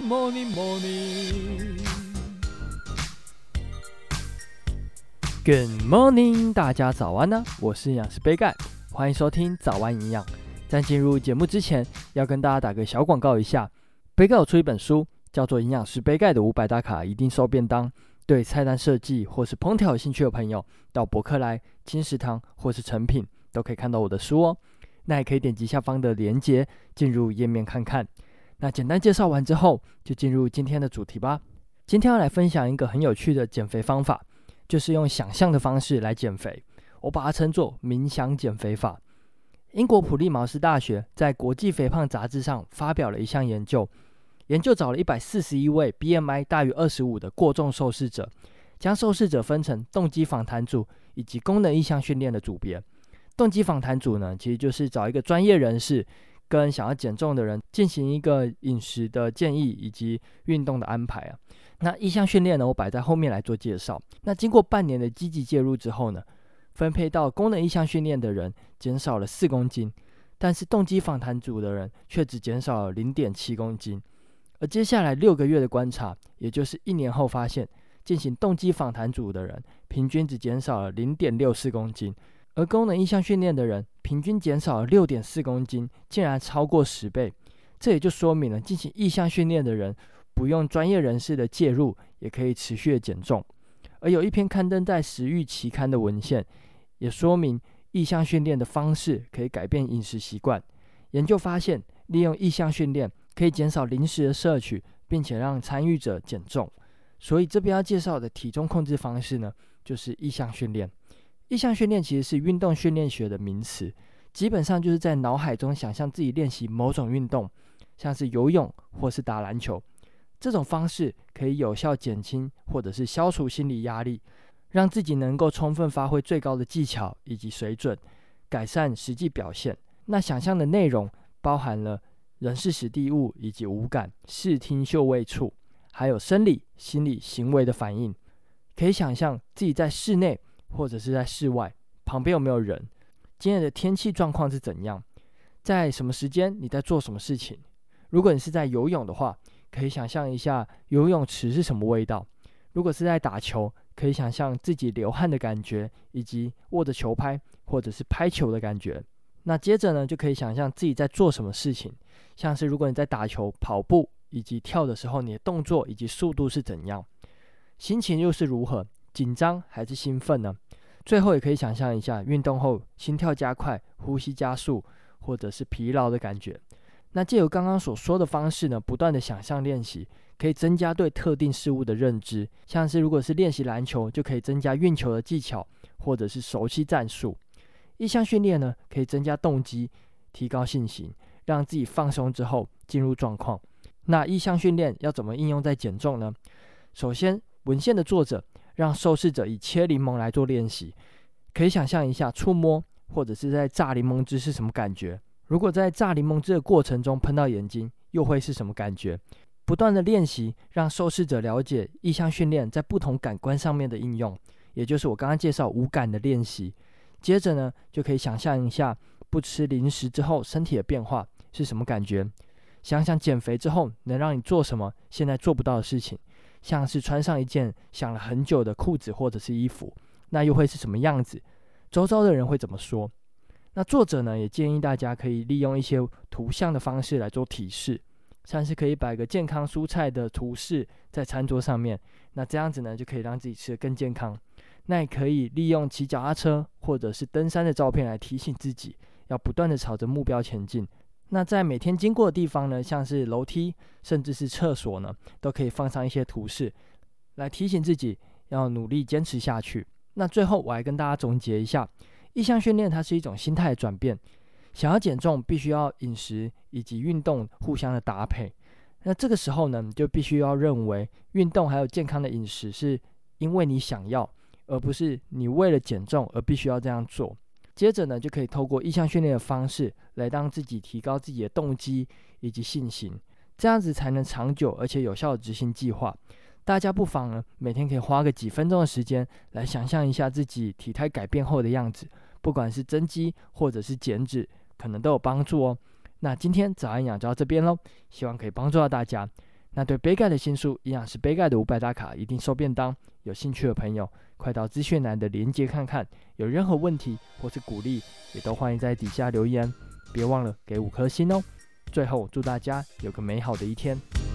morning, morning. Good morning， 大家早安呢！我是营养师杯盖，欢迎收听早安营养。在进入节目之前，要跟大家打个小广告一下。杯盖有出一本书，叫做《营养师杯盖的500大卡一定瘦便当》。对菜单设计或是烹调有兴趣的朋友，到博客来、金石堂或是诚品都可以看到我的书哦。那也可以点击下方的连结进入页面看看。那简单介绍完之后，就进入今天的主题吧。今天要来分享一个很有趣的减肥方法，就是用想象的方式来减肥，我把它称作冥想减肥法。英国普利茅斯大学在国际肥胖杂志上发表了一项研究，研究找了141位 BMI 大于25的过重受试者，将受试者分成动机访谈组以及功能意向训练的组别。动机访谈组呢，其实就是找一个专业人士跟想要减重的人进行一个饮食的建议以及运动的安排啊。那意向训练呢，我摆在后面来做介绍。那经过半年的积极介入之后呢，分配到功能意向训练的人减少了4公斤，但是动机访谈组的人却只减少了 0.7 公斤。而接下来6个月的观察，也就是1年后发现，进行动机访谈组的人平均只减少了 0.64 公斤，而功能意向训练的人平均减少了 6.4 公斤，竟然超过10倍。这也就说明了进行意向训练的人不用专业人士的介入，也可以持续的减重。而有一篇刊登在食欲期刊的文献，也说明意向训练的方式可以改变饮食习惯。研究发现，利用意向训练可以减少零食的摄取，并且让参与者减重。所以这边要介绍的体重控制方式呢，就是意向训练。意向训练其实是运动训练学的名词，基本上就是在脑海中想象自己练习某种运动，像是游泳或是打篮球。这种方式可以有效减轻或者是消除心理压力，让自己能够充分发挥最高的技巧以及水准，改善实际表现。那想象的内容包含了人事时地物以及五感、视听嗅味触，还有生理、心理、行为的反应。可以想象自己在室内或者是在室外，旁边有没有人，今天的天气状况是怎样，在什么时间你在做什么事情。如果你是在游泳的话，可以想象一下游泳池是什么味道。如果是在打球，可以想象自己流汗的感觉，以及握着球拍或者是拍球的感觉。那接着呢，就可以想象自己在做什么事情，像是如果你在打球、跑步以及跳的时候，你的动作以及速度是怎样，心情又是如何，紧张还是兴奋呢？最后也可以想象一下运动后心跳加快、呼吸加速或者是疲劳的感觉。那藉由刚刚所说的方式呢，不断的想象练习，可以增加对特定事物的认知。像是如果是练习篮球，就可以增加运球的技巧，或者是熟悉战术。意向训练呢，可以增加动机，提高信心，让自己放松之后进入状况。那意向训练要怎么应用在减重呢？首先，文献的作者让受试者以切柠檬来做练习，可以想象一下触摸或者是在榨柠檬汁是什么感觉。如果在榨柠檬汁的过程中喷到眼睛，又会是什么感觉？不断的练习，让受试者了解意向训练在不同感官上面的应用，也就是我刚刚介绍五感的练习。接着呢，就可以想象一下不吃零食之后身体的变化是什么感觉。想想减肥之后能让你做什么现在做不到的事情，像是穿上一件想了很久的裤子或者是衣服，那又会是什么样子？周遭的人会怎么说？那作者呢，也建议大家可以利用一些图像的方式来做提示，像是可以摆个健康蔬菜的图示在餐桌上面，那这样子呢，就可以让自己吃得更健康。那也可以利用骑脚踏车或者是登山的照片来提醒自己，要不断的朝着目标前进。那在每天经过的地方呢，像是楼梯甚至是厕所呢，都可以放上一些图示，来提醒自己要努力坚持下去。那最后我来跟大家总结一下，意向训练它是一种心态的转变。想要减重，必须要饮食以及运动互相的搭配。那这个时候呢，你就必须要认为运动还有健康的饮食是因为你想要，而不是你为了减重而必须要这样做。接着呢，就可以透过意向训练的方式来让自己提高自己的动机以及信心，这样子才能长久而且有效的执行计划。大家不妨呢，每天可以花个几分钟的时间来想象一下自己体态改变后的样子，不管是增肌或者是减脂，可能都有帮助哦。那今天早安营养就到这边咯，希望可以帮助到大家。 那对杯盖的新书《营养师杯盖的500大卡一定瘦便当》，有兴趣的朋友快到资讯栏的连结看看。有任何问题或是鼓励，也都欢迎在底下留言，别忘了给5颗星哦。最后祝大家有个美好的一天。